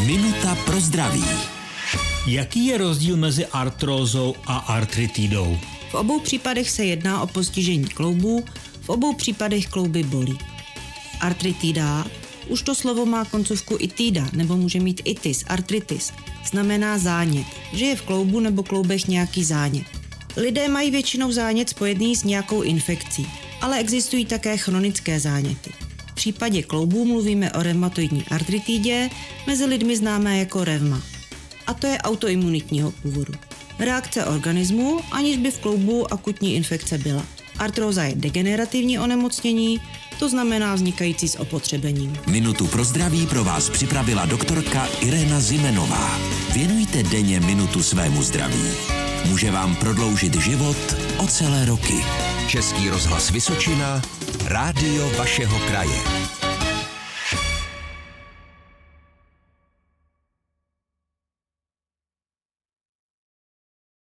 Minuta pro zdraví. Jaký je rozdíl mezi artrózou a artritidou? V obou případech se jedná o postižení kloubů, v obou případech klouby bolí. Artritida, už to slovo má koncovku itida, nebo může mít itis, artritis, znamená zánět, že je v kloubu nebo kloubech nějaký zánět. Lidé mají většinou zánět spojený s nějakou infekcí, ale existují také chronické záněty. V případě kloubů mluvíme o reumatoidní artritidě, mezi lidmi známé jako revma. A to je autoimunitního původu. Reakce organismu, aniž by v kloubu akutní infekce byla. Artróza je degenerativní onemocnění, to znamená vznikající s opotřebením. Minutu pro zdraví pro vás připravila doktorka Irena Zimenová. Věnujte denně minutu svému zdraví. Může vám prodloužit život o celé roky. Český rozhlas Vysočina, rádio vašeho kraje.